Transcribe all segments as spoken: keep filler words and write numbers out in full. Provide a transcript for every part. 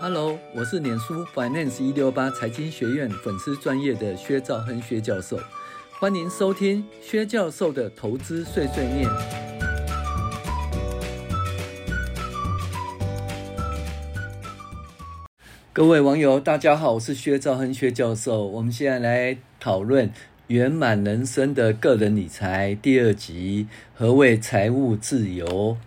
Hello， 我是脸书 Finance 一六八财经学院粉丝专业的薛兆亨薛教授，欢迎收听薛教授的投资碎碎念。各位网友大家好，我是薛兆亨薛教授。我们现在来讨论圆满人生的个人理财第二集，何谓财务自由。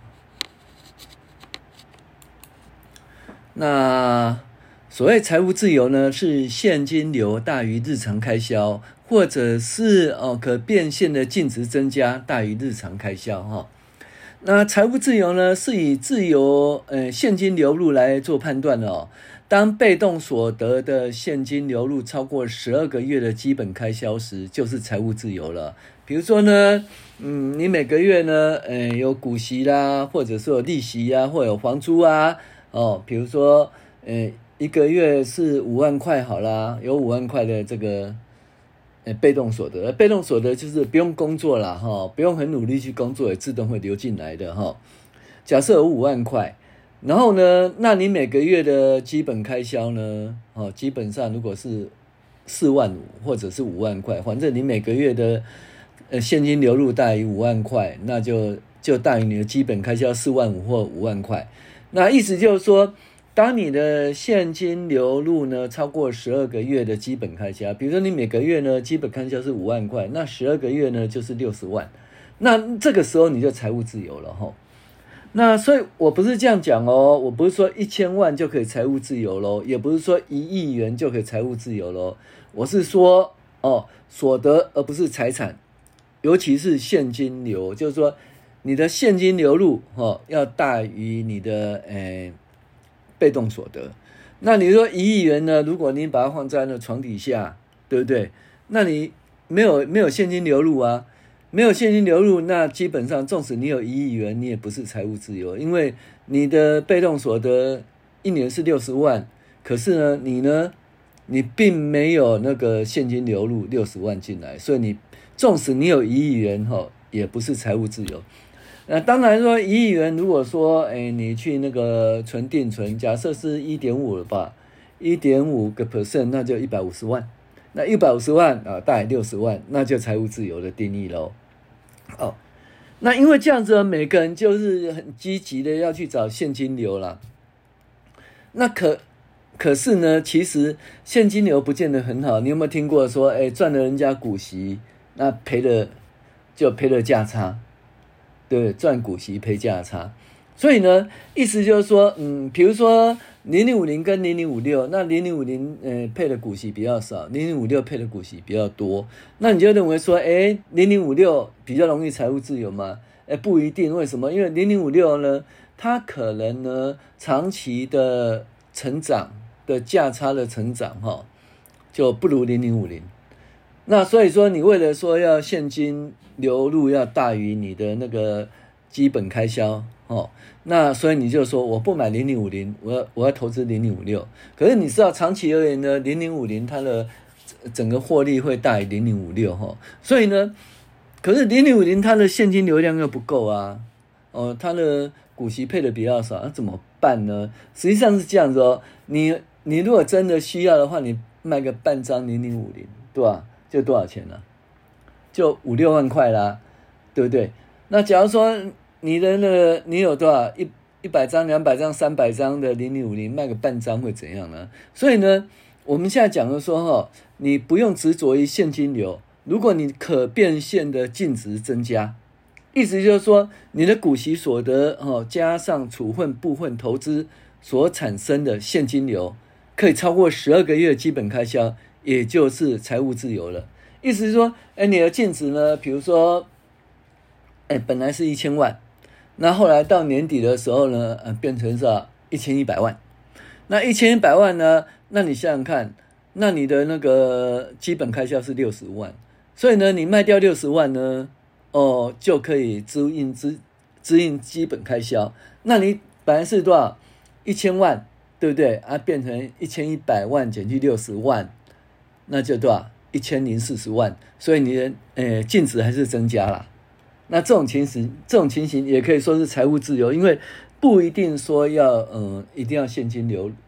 那所谓财务自由呢，是现金流大于日常开销，或者是哦可变现的净值增加大于日常开销哈、哦。那财务自由呢，是以自由呃现金流入来做判断的哦。当被动所得的现金流入超过十二个月的基本开销时，就是财务自由了。比如说呢，嗯，你每个月呢，呃，有股息啦，或者是有利息啊，或有房租啊。哦，比如说，呃，一个月是五万块好啦，有五万块的这个，呃，被动所得，被动所得就是不用工作啦，哈、哦，不用很努力去工作，也自动会流进来的哈、哦。假设有五万块，然后呢，那你每个月的基本开销呢，哦，基本上如果是四万五或者是五万块，反正你每个月的呃现金流入大于五万块，那就就大于你的基本开销四万五或五万块。那意思就是说，当你的现金流入呢超过十二个月的基本开销，比如说你每个月呢基本开销是五万块，那十二个月呢就是六十万，那这个时候你就财务自由了齁。那所以我不是这样讲哦，我不是说一千万就可以财务自由咯，也不是说一亿元就可以财务自由咯，我是说哦所得而不是财产，尤其是现金流，就是说你的现金流入、哦、要大于你的、呃、被动所得。那你说一亿元呢，如果你把它放在那床底下，对不对？那你没有没有现金流入啊，没有现金流入，那基本上纵使你有一亿元，你也不是财务自由，因为你的被动所得一年是六十万，可是呢你呢你并没有那个现金流入六十万进来，所以你纵使你有一亿元、哦、也不是财务自由。那当然说一亿元，如果说诶你去那个存定存，假设是 一点五 了吧 ,一点五个百分点 那就一百五十万。那一百五十万啊大于六十万，那就财务自由的定义咯。哦，那因为这样子每个人就是很积极的要去找现金流啦。那可可是呢，其实现金流不见得很好。你有没有听过说诶赚了人家股息，那赔了就赔了价差，对，赚股息赔价差。所以呢，意思就是说，嗯，比如说零零五零跟零零五六，那零零五零呃配的股息比较少，零零五六配的股息比较多，那你就认为说，诶零零五六比较容易财务自由吗？诶不一定，为什么？因为零零五六呢，它可能呢长期的成长的价差的成长哈、哦，就不如零零五零。那所以说，你为了说要现金流入要大于你的那个基本开销哦，那所以你就说我不买零零五零，我要我要投资零零五六。可是你知道长期而言呢，零零五零它的整个获利会大于零零五六哈，所以呢，可是零零五零它的现金流量又不够啊，哦，它的股息配的比较少，那怎么办呢？实际上是这样子哦，你你如果真的需要的话，你卖个半张零零五零，对吧？就多少钱呢、啊？就五六万块啦，对不对？那假如说你的那个你有多少一一百张、两百张、三百张的零零五零，卖个半张会怎样呢？所以呢，我们现在讲的说哈，你不用执着于现金流，如果你可变现的净值增加，意思就是说你的股息所得哦加上处分部分投资所产生的现金流，可以超过十二个月基本开销。也就是财务自由了。意思是说，哎，你的净值呢，比如说，哎，本来是一千万，那后来到年底的时候呢，呃，变成是一千一百万。那一千一百万呢，那你想想看，那你的那个基本开销是六十万，所以呢，你卖掉六十万呢，哦，就可以支应支支应基本开销。那你本来是多少？一千万，对不对？啊，变成一千一百万减去六十万。那就多少？一千零四十万，所以你的呃净值还是增加啦。那这种情形，这种情形也可以说是财务自由，因为不一定说要呃一定要现金流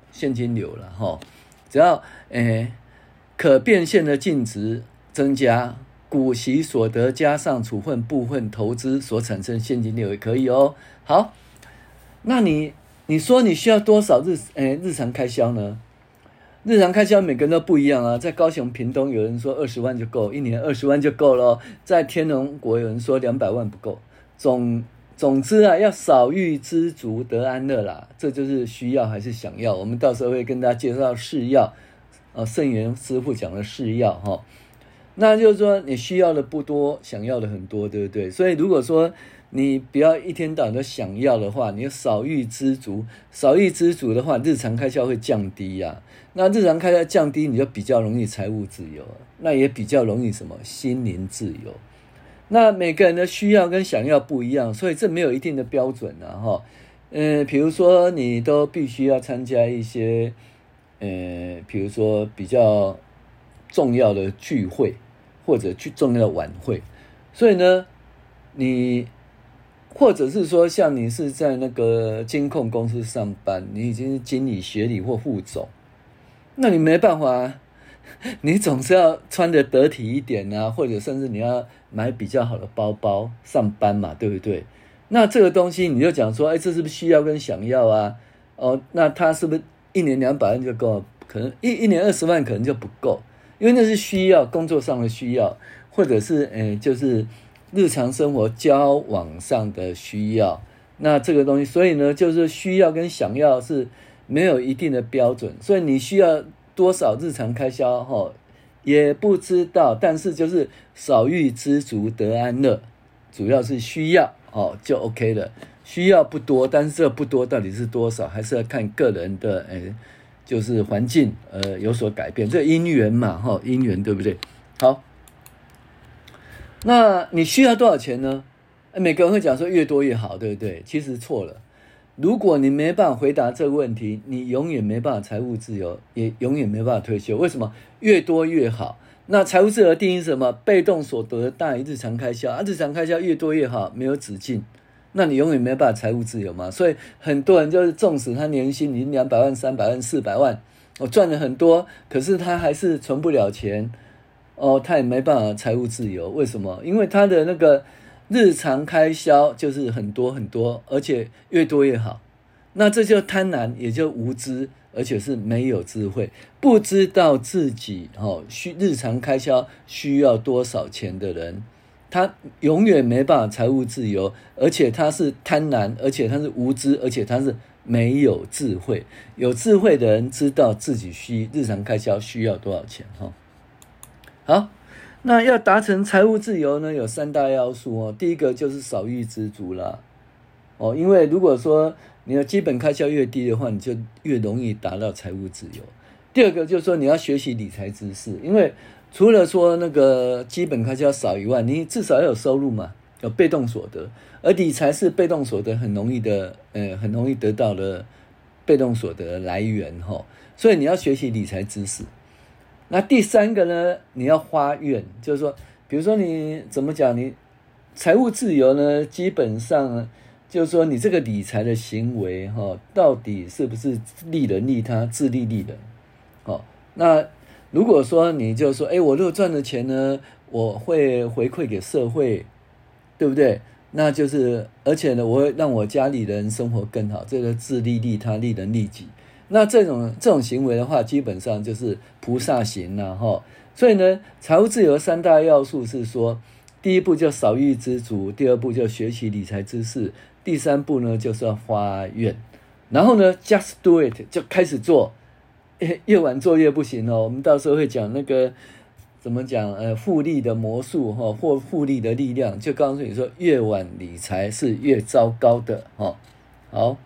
现金流了哈。只要诶可变现的净值增加，股息所得加上处分部分投资所产生现金流也可以哦。好，那你你说你需要多少日诶日常开销呢？日常开销每个人都不一样啊，在高雄屏东有人说二十万就够，一年二十万就够了，在天龙国有人说两百万不够。总总之啊，要少欲知足得安乐啦，这就是需要还是想要。我们到时候会跟大家介绍是要，呃，圣元师父讲的是要哈。那就是说你需要的不多，想要的很多，对不对？所以如果说你不要一天到晚都想要的话，你少欲知足，少欲知足的话，日常开销会降低呀、啊。那日常开销降低，你就比较容易财务自由，那也比较容易什么心灵自由。那每个人的需要跟想要不一样，所以这没有一定的标准啊哈。呃，比如说你都必须要参加一些，呃，比如说比较重要的聚会或者去重要的晚会，所以呢，你或者是说像你是在那个金控公司上班，你已经是经理、协理或副总。那你没办法啊，你总是要穿得得体一点啊，或者甚至你要买比较好的包包上班嘛，对不对？那这个东西你就讲说，哎，这是不是需要跟想要啊？哦，那他是不是一年两百万就够？可能一一年二十万可能就不够，因为那是需要工作上的需要，或者是诶就是日常生活交往上的需要。那这个东西，所以呢，就是需要跟想要是没有一定的标准，所以你需要多少日常开销齁也不知道，但是就是少欲知足得安乐，主要是需要哦就 OK 了。需要不多，但是这不多到底是多少，还是要看个人的诶就是环境呃有所改变，这因缘嘛齁因缘对不对？好，那你需要多少钱呢？每个人会讲说越多越好，对不对？其实错了。如果你没办法回答这个问题，你永远没办法财务自由，也永远没办法退休。为什么？越多越好。那财务自由的定义是什么？被动所得大于日常开销啊，日常开销越多越好，没有止境。那你永远没办法财务自由嘛。所以很多人就是纵使他年薪已经两百万、三百万、四百万，我赚了很多，可是他还是存不了钱哦，他也没办法财务自由。为什么？因为他的那个日常开销就是很多很多，而且越多越好。那这就贪婪，也就无知，而且是没有智慧，不知道自己哦需日常开销需要多少钱的人，他永远没办法财务自由，而且他是贪婪，而且他是无知，而且他是没有智慧。有智慧的人知道自己需日常开销需要多少钱哈。好。那要达成财务自由呢，有三大要素哦。第一个就是少欲知足啦，哦，因为如果说你的基本开销越低的话，你就越容易达到财务自由。第二个就是说你要学习理财知识，因为除了说那个基本开销少以外，你至少要有收入嘛，有被动所得，而理财是被动所得很容易的，呃，很容易得到的被动所得的来源哈，所以你要学习理财知识。那第三个呢，你要发愿，就是说，比如说你怎么讲，你财务自由呢，基本上就是说你这个理财的行为哈，到底是不是利人利他、自利利人？哦，那如果说你就说，哎，我如果赚的钱呢，我会回馈给社会，对不对？那就是，而且呢，我会让我家里人生活更好，这个自利利他、利人利己。那这种这种行为的话，基本上就是菩萨行啦齁。所以呢，财务自由三大要素是说，第一步就少欲知足，第二步就学习理财知识，第三步呢就是要发愿，然后呢 just do it 就开始做，越晚做越不行哦。我们到时候会讲那个怎么讲呃复利的魔术齁，或复利的力量，就告诉你说越晚理财是越糟糕的齁。好。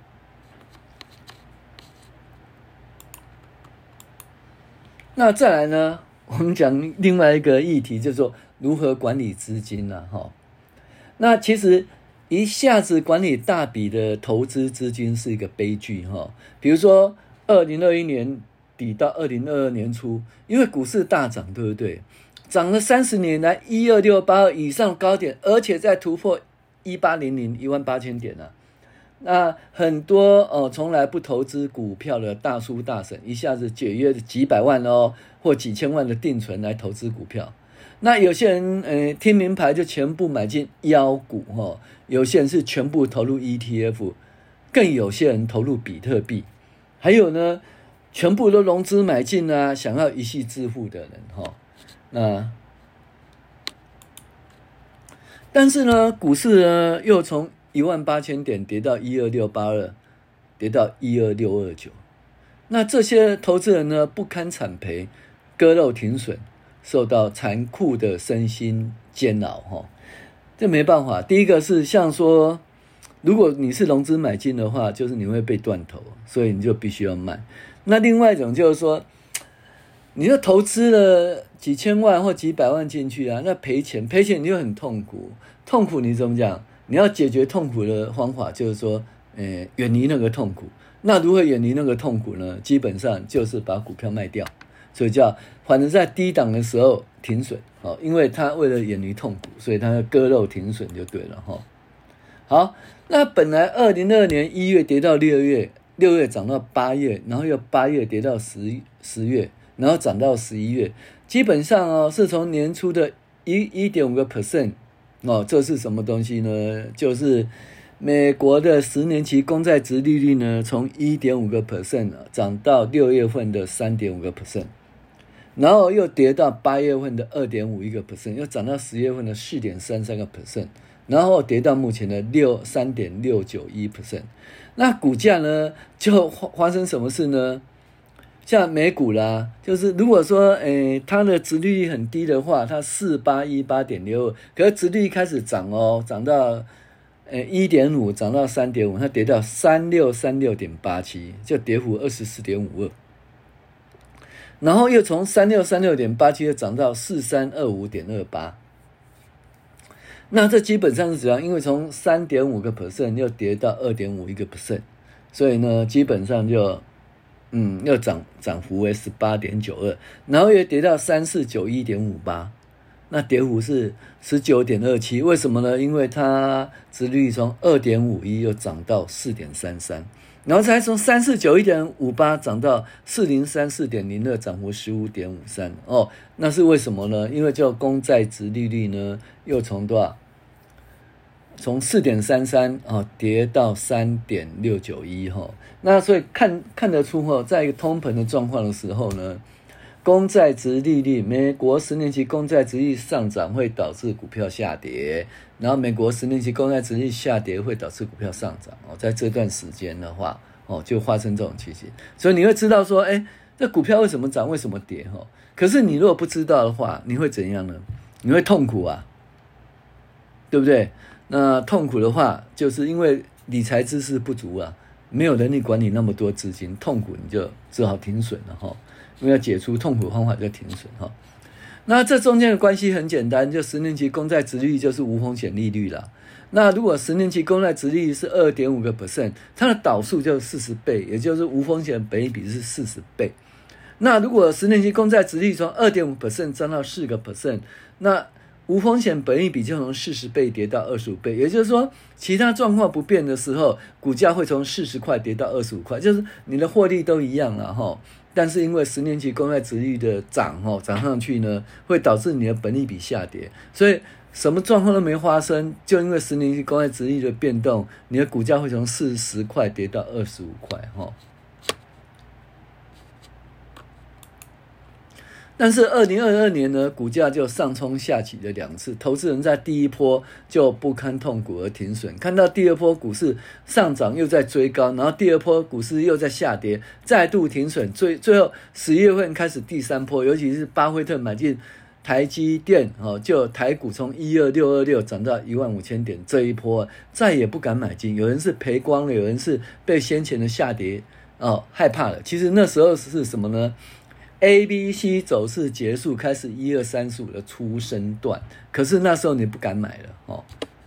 那再来呢，我们讲另外一个议题，就是说如何管理资金啦、啊、那其实一下子管理大笔的投资资金是一个悲剧哈。比如说二零二一年底到二零二二年初，因为股市大涨，对不对？涨了三十年来一二六八二以上高点，而且在突破一八零零一万八千点啊。 那很多哦，从来不投资股票的大叔大婶，一下子解约几百万哦，或几千万的定存来投资股票。那有些人呃听名牌就全部买进妖股哈、哦，有些人是全部投入 E T F， 更有些人投入比特币，还有呢，全部都融资买进啊，想要一夕致富的人哈、哦。那但是呢，股市呢又从一万八千点跌到一二六八二，跌到一二六二九。那这些投资人呢不堪惨赔，割肉停损，受到残酷的身心煎熬哈。这没办法，第一个是像说，如果你是融资买进的话，就是你会被断头，所以你就必须要卖。那另外一种就是说，你就投资了几千万或几百万进去啊，那赔钱赔钱你就很痛苦，痛苦你怎么讲？你要解决痛苦的方法就是说，呃，远离那个痛苦。那如何远离那个痛苦呢？基本上就是把股票卖掉，所以叫反正在低档的时候停损，哦，因为他为了远离痛苦，所以他要割肉停损就对了哈、哦。好，那本来二零二二年一月跌到六月，六月涨到八月，然后又八月跌到十十月。然后涨到十一月，基本上哦是从年初的一一点五个 percent 哦，这是什么东西呢？就是美国的十年期公债殖利率呢，从一点五个 percent 涨到六月份的三点五个 percent， 然后又跌到八月份的二点五一个 percent， 又涨到十月份的四点三三个 percent， 然后跌到目前的六三点六九一 percent。那股价呢，就发生什么事呢？像美股啦，就是如果说，诶，它的殖利率很低的话，它四八一八点六二，可是殖利率开始涨哦，涨到，诶一点五，涨到三点五，它跌到三六三六点八七，就跌幅二十四点五二，然后又从三六三六点八七又涨到四三二五点二八，那这基本上是怎样？因为从三点五个 percent 又跌到二点五一个 percent， 所以呢，基本上就。嗯，又涨涨幅为 十八点九二， 然后又跌到三四九一点五八，那跌幅是 十九点二七， 为什么呢？因为它殖利率从 二点五一 又涨到 四点三三， 然后才从三四九一点五八涨到四零三四点零二， 涨幅 十五点五三。 哦，那是为什么呢？因为就公债殖利率呢又从多少？从 四点三三 啊跌到 三点六九一 哈，那所以看看得出哈，在一个通膨的状况的时候呢，公债殖利率，美国十年期公债殖利率上涨会导致股票下跌，然后美国十年期公债殖利率下跌会导致股票上涨哦，在这段时间的话哦，就发生这种情形，所以你会知道说，哎，这股票为什么涨，为什么跌哈？可是你如果不知道的话，你会怎样呢？你会痛苦啊，对不对？那痛苦的话，就是因为理财知识不足啊，没有能力管理那么多资金，痛苦你就只好停损了哈。因为要解除痛苦方法就停损哈。那这中间的关系很简单，就十年期公债殖利率就是无风险利率啦。那如果十年期公债殖利率是 二点五个 percent， 它的导数就是四十倍，也就是无风险本益比是四十倍。那如果十年期公债殖利率从 二点五 percent 涨到 四个 percent， 那无风险本益比就从四十倍跌到二十五倍，也就是说，其他状况不变的时候，股价会从四十块跌到二十五块，就是你的获利都一样了哈。但是因为十年期公债殖利率的涨哈涨上去呢，会导致你的本益比下跌，所以什么状况都没发生，就因为十年期公债殖利率的变动，你的股价会从四十块跌到二十五块哈。但是二零二二年呢，股价就上冲下起了两次，投资人在第一波就不堪痛苦而停损，看到第二波股市上涨又在追高，然后第二波股市又在下跌，再度停损，最最后十月份开始第三波，尤其是巴菲特买进台积电，哦，就台股从一二六二六涨到一万五千点，这一波再也不敢买进，有人是赔光了，有人是被先前的下跌哦害怕了。其实那时候是什么呢？A、B、C 走势结束，开始一二三四五的初升段，可是那时候你不敢买了哦。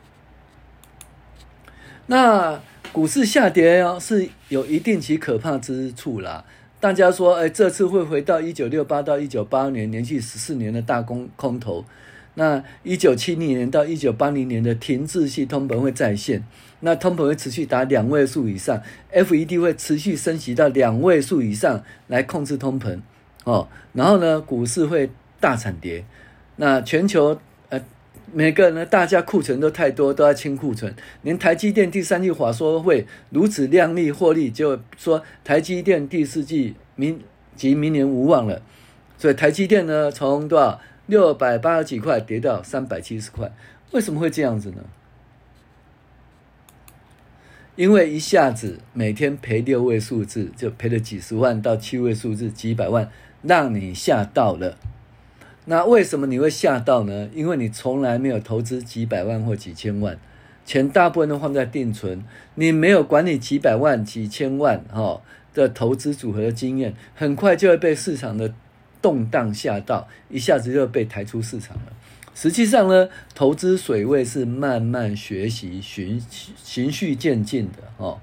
那股市下跌哦，是有一定其可怕之处啦。大家说，哎，这次会回到一九六八到一九八二年连续十四年的大空空头， 那一九七零年到一九八零年的停滞性通膨会再现，那通膨会持续达两位数以上 ，F E D 会持续升息到两位数以上来控制通膨哦。然后呢，股市会大惨跌，那全球呃每个人呢，大家库存都太多，都要清库存。连台积电第三季法说会如此亮丽获利，就说台积电第四季明及明年无望了。所以台积电呢，从多少六百八十几块跌到三百七十块，为什么会这样子呢？因为一下子每天赔六位数字，就赔了几十万到七位数字几百万，让你吓到了。那为什么你会吓到呢？因为你从来没有投资几百万或几千万，钱大部分都放在定存，你没有管理几百万几千万、哦、的投资组合的经验，很快就会被市场的动荡吓到，一下子就被抬出市场了。实际上呢，投资水位是慢慢学习，循循序渐进的、哦、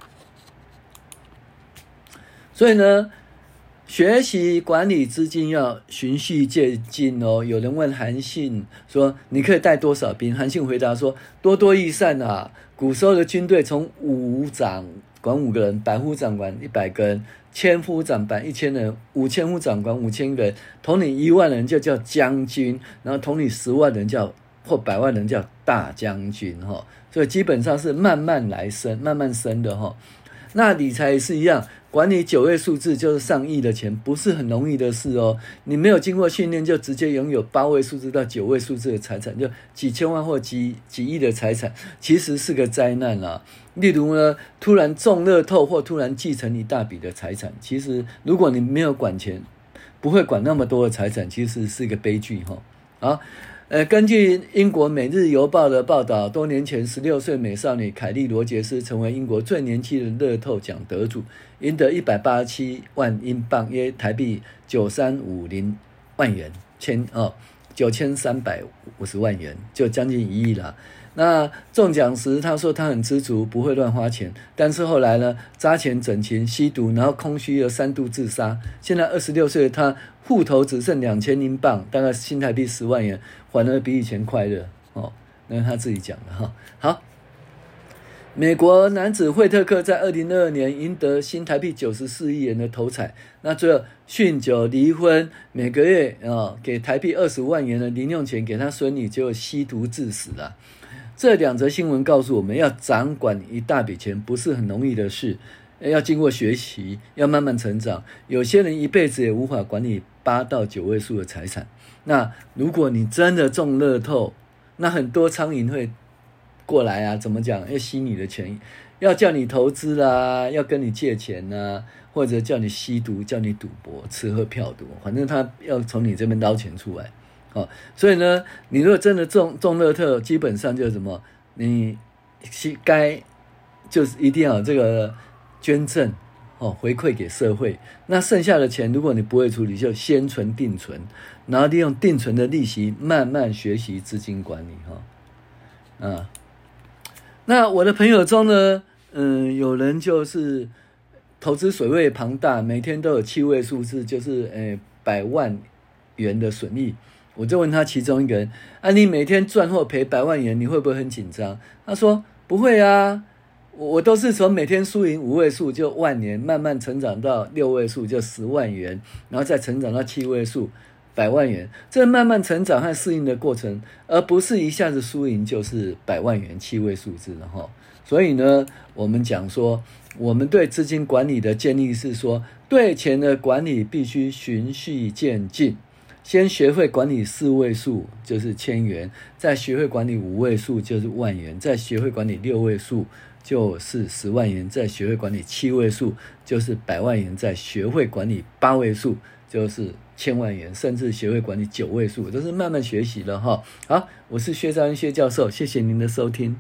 所以呢，学习管理资金要循序渐进哦。有人问韩信说：“你可以带多少兵？”韩信回答说：“多多益善啊！古时候的军队从五长管五个人，百夫长管一百个人，千夫长管一千人，五千夫长管五千个人，统领一万人就叫将军，然后统领十万人叫或百万人叫大将军哈、哦。所以基本上是慢慢来升，慢慢升的哈、哦。那理财也是一样。”管理九位数字就是上亿的钱，不是很容易的事哦。你没有经过训练，就直接拥有八位数字到九位数字的财产，就几千万或几几亿的财产，其实是个灾难啦。例如呢，突然中乐透或突然继承一大笔的财产，其实如果你没有管钱，不会管那么多的财产，其实是一个悲剧哈。好。呃，根据英国《每日邮报》的报道，多年前十六岁美少女凯莉·罗杰斯成为英国最年轻的乐透奖得主，赢得一百八十七万英镑，约台币九三五零万元，千哦九千三百五十万元，就将近一亿啦。那中奖时，他说他很知足，不会乱花钱。但是后来呢，扎钱整钱、吸毒，然后空虚了三度自杀。现在二十六岁的他，户头只剩两千英镑，大概新台币十万元，反而比以前快乐哦。那是他自己讲的哈。好，美国男子惠特克在二零二二年赢得新台币九十四亿元的头彩，那最后酗酒离婚，每个月啊、哦、给台币二十万元的零用钱给他孙女，结果吸毒致死了。这两则新闻告诉我们，要掌管一大笔钱不是很容易的事，要经过学习，要慢慢成长。有些人一辈子也无法管理八到九位数的财产。那如果你真的中乐透，那很多苍蝇会过来啊，怎么讲？要吸你的钱，要叫你投资啦，要跟你借钱啦，或者叫你吸毒，叫你赌博，吃喝嫖赌，反正他要从你这边捞钱出来。哦，所以呢，你如果真的中中乐透，基本上就是什么，你该就是一定要有这个捐赠哦，回馈给社会。那剩下的钱，如果你不会处理，就先存定存，然后利用定存的利息慢慢学习资金管理哈、哦。啊，那我的朋友中呢，嗯，有人就是投资水位庞大，每天都有七位数字，就是呃百万元的损益。我就问他其中一个人，啊，你每天赚或赔百万元，你会不会很紧张？他说不会啊，我都是从每天输赢五位数就万元，慢慢成长到六位数就十万元，然后再成长到七位数百万元，这慢慢成长和适应的过程，而不是一下子输赢就是百万元七位数字了哈。所以呢，我们讲说，我们对资金管理的建议是说，对钱的管理必须循序渐进。先学会管理四位数就是千元，再学会管理五位数就是万元，再学会管理六位数就是十万元，再学会管理七位数就是百万元，再学会管理八位数就是千万元，甚至学会管理九位数，都是慢慢学习的哈。好，我是薛兆恩薛教授，谢谢您的收听。